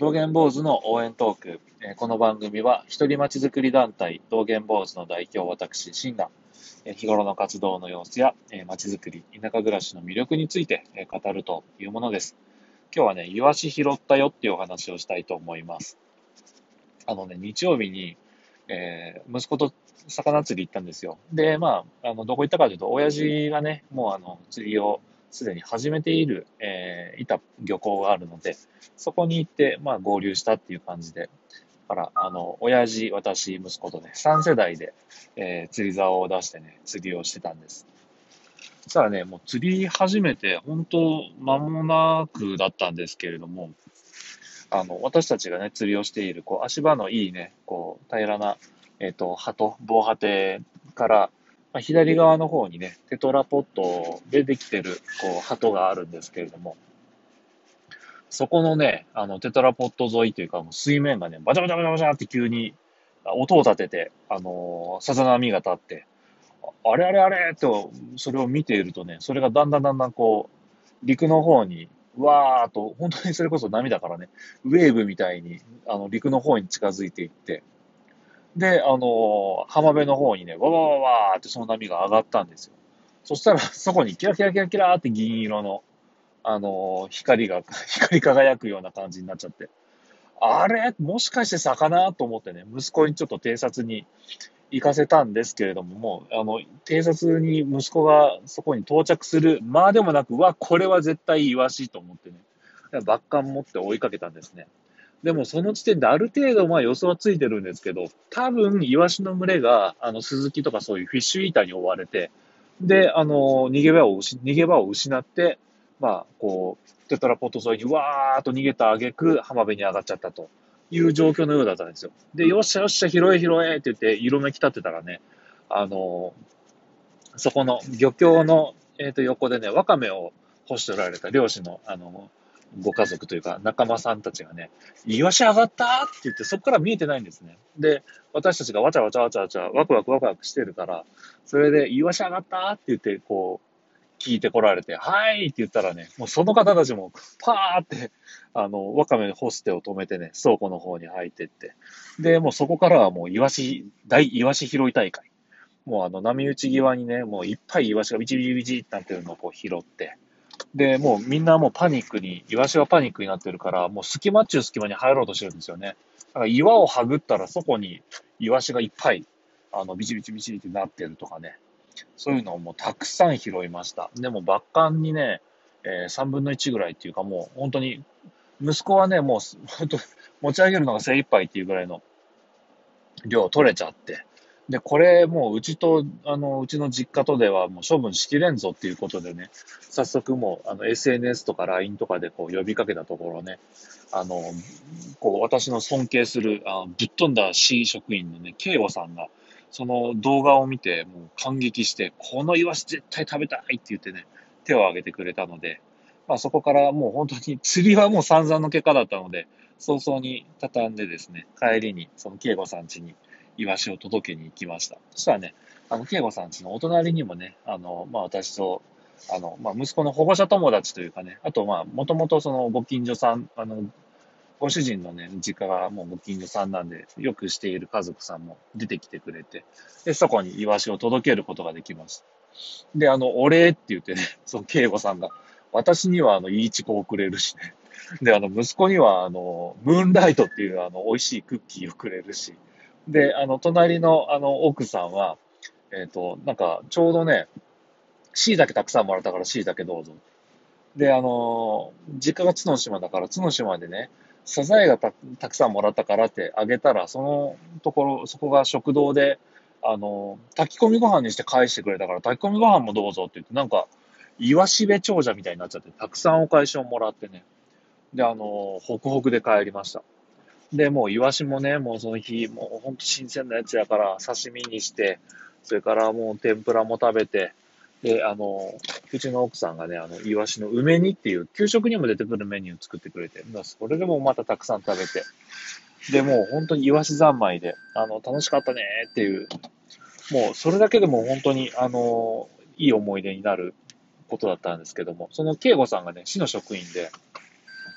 道元坊主の応援トーク。この番組は、一人まちづくり団体、道元坊主の代表、私、シンが、日頃の活動の様子や、まちづくり、田舎暮らしの魅力について、語るというものです。今日はね、イワシ拾ったよっていうお話をしたいと思います。日曜日に、息子と魚釣り行ったんですよ。で、どこ行ったかというと、親父がね、もう釣りをすでに始めている、いた漁港があるので、そこに行って、合流したっていう感じで、だから、親父、私、息子とね、3世代で、釣り竿を出してね、釣りをしてたんです。そしたらね、もう釣り始めて、本当間もなくだったんですけれども、私たちがね、釣りをしている、足場のいいね、平らな、防波堤から、左側の方にね、テトラポットでできてる、鳩があるんですけれども、そこのね、テトラポット沿いというか、もう水面がね、バチャバチャバチャバチャって急に音を立てて、さざ波が立って、あれあれあれと、それを見ているとね、それがだんだんだんだん陸の方に、わーっと、本当にそれこそ波だからね、ウェーブみたいに、陸の方に近づいていって、で、浜辺の方にね、わわわわーってその波が上がったんですよ。そしたら、そこにキラキラキラキラーって銀色の、光が、光り輝くような感じになっちゃって、あれもしかして魚と思ってね、息子にちょっと偵察に行かせたんですけれども、もう、偵察に息子がそこに到着するまでもなく、これは絶対イワシと思ってね、バッカン持って追いかけたんですね。でもその時点である程度予想はついてるんですけど、多分イワシの群れがスズキとかそういうフィッシュイーターに追われて、で、逃げ場を失って、テトラポット沿いにわーっと逃げた挙句浜辺に上がっちゃったという状況のようだったんですよ。で、よっしゃよっしゃ、拾え拾えって言って色めき立ってたらね、あのそこの漁協の、横でね、ワカメを干しておられた漁師の、ご家族というか仲間さんたちがね、イワシ上がったって言って、そこから見えてないんですね。で、私たちがわちゃわちゃわちゃわちゃ、ワクワクワクワクしてるから、それで、イワシ上がったって言って、聞いてこられて、はいって言ったらね、もうその方たちも、パーって、ワカメ干す手を止めてね、倉庫の方に入ってって、で、もうそこからはもう大イワシ拾い大会。もう波打ち際にね、もういっぱいイワシがビチビチビチってなってるのを拾って、で、もうみんなもうパニックに、イワシはパニックになってるから、もう隙間っちゅう隙間に入ろうとしてるんですよね。だから岩をはぐったらそこにイワシがいっぱい、ビチビチビチってなってるとかね。そういうのをもうたくさん拾いました。でも、バッカンにね、3分の1ぐらいっていうかもう本当に、息子はね、もう本当持ち上げるのが精一杯っていうぐらいの量取れちゃって、で、これもううちの実家とではもう処分しきれんぞっていうことでね、早速もうSNS とか LINE とかで呼びかけたところね、あの、私の尊敬する、ぶっ飛んだ市職員のね、慶吾さんが、その動画を見てもう感激して、このイワシ絶対食べたいって言ってね、手を挙げてくれたので、そこからもう本当に釣りはもう散々の結果だったので、早々に畳んでですね、帰りにその慶吾さん家にイワシを届けに行きました。そしたらね、慶吾さん家のお隣にもね、私と、息子の保護者友達というかね、あと、もともとそのご近所さん、ご主人のね、実家がもうご近所さんなんで、よくしている家族さんも出てきてくれて、で、そこにイワシを届けることができました。で、お礼って言ってね、その慶吾さんが、私にはイーチコをくれるしね。で、息子にはムーンライトっていう美味しいクッキーをくれるし。で、隣の奥さんは、なんか、ちょうどね、椎茸たくさんもらったから椎茸どうぞ。で、実家が角島だから角島でね、サザエがたくさんもらったからってあげたら、そこが食堂で、炊き込みご飯にして返してくれたから、炊き込みご飯もどうぞって言って、なんか、イワシベ長者みたいになっちゃって、たくさんお返しをもらってね。で、ホクホクで帰りました。で、もうイワシもね、もうその日、もうほんと新鮮なやつやから刺身にして、それからもう天ぷらも食べて、で、うちの奥さんがね、イワシの梅煮っていう給食にも出てくるメニュー作ってくれて、それでもまたたくさん食べて、で、もう本当にイワシ三昧で、楽しかったねっていう、もうそれだけでも本当に、いい思い出になることだったんですけども、その慶吾さんがね、市の職員で、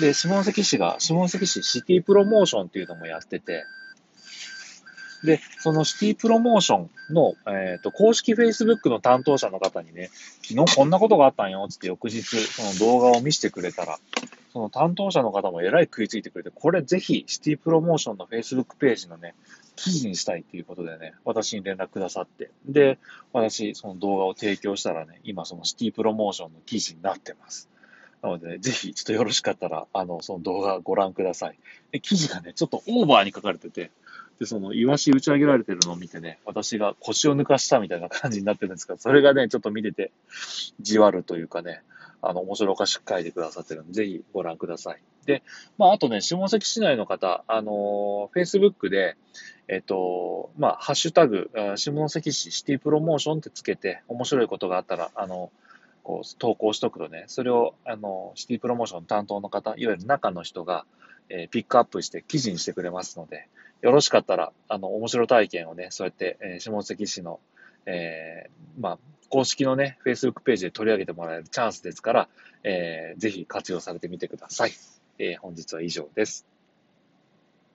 で、下関市が、下関市シティプロモーションっていうのもやってて、で、そのシティプロモーションの、公式 Facebook の担当者の方にね、昨日こんなことがあったんよ、つって翌日、その動画を見せてくれたら、その担当者の方もえらい食いついてくれて、これぜひシティプロモーションの Facebook ページのね、記事にしたいっていうことでね、私に連絡くださって、で、私、その動画を提供したらね、今そのシティプロモーションの記事になってます。なので、ね、ぜひ、ちょっとよろしかったら、その動画ご覧ください。で、記事がね、ちょっとオーバーに書かれてて、で、その、イワシ打ち上げられてるのを見てね、私が腰を抜かしたみたいな感じになってるんですが、それがね、ちょっと見てて、じわるというかね、面白おかしく書いてくださってるので、ぜひご覧ください。で、まあ、あとね、下関市内の方、Facebook で、まあ、ハッシュタグ、下関市シティプロモーションってつけて、面白いことがあったら、こう、投稿しとくとね、それを、シティプロモーション担当の方、いわゆる中の人が、ピックアップして記事にしてくれますので、よろしかったら、面白体験をね、そうやって、下関市の、まあ、公式のね、Facebook ページで取り上げてもらえるチャンスですから、ぜひ活用されてみてください。本日は以上です。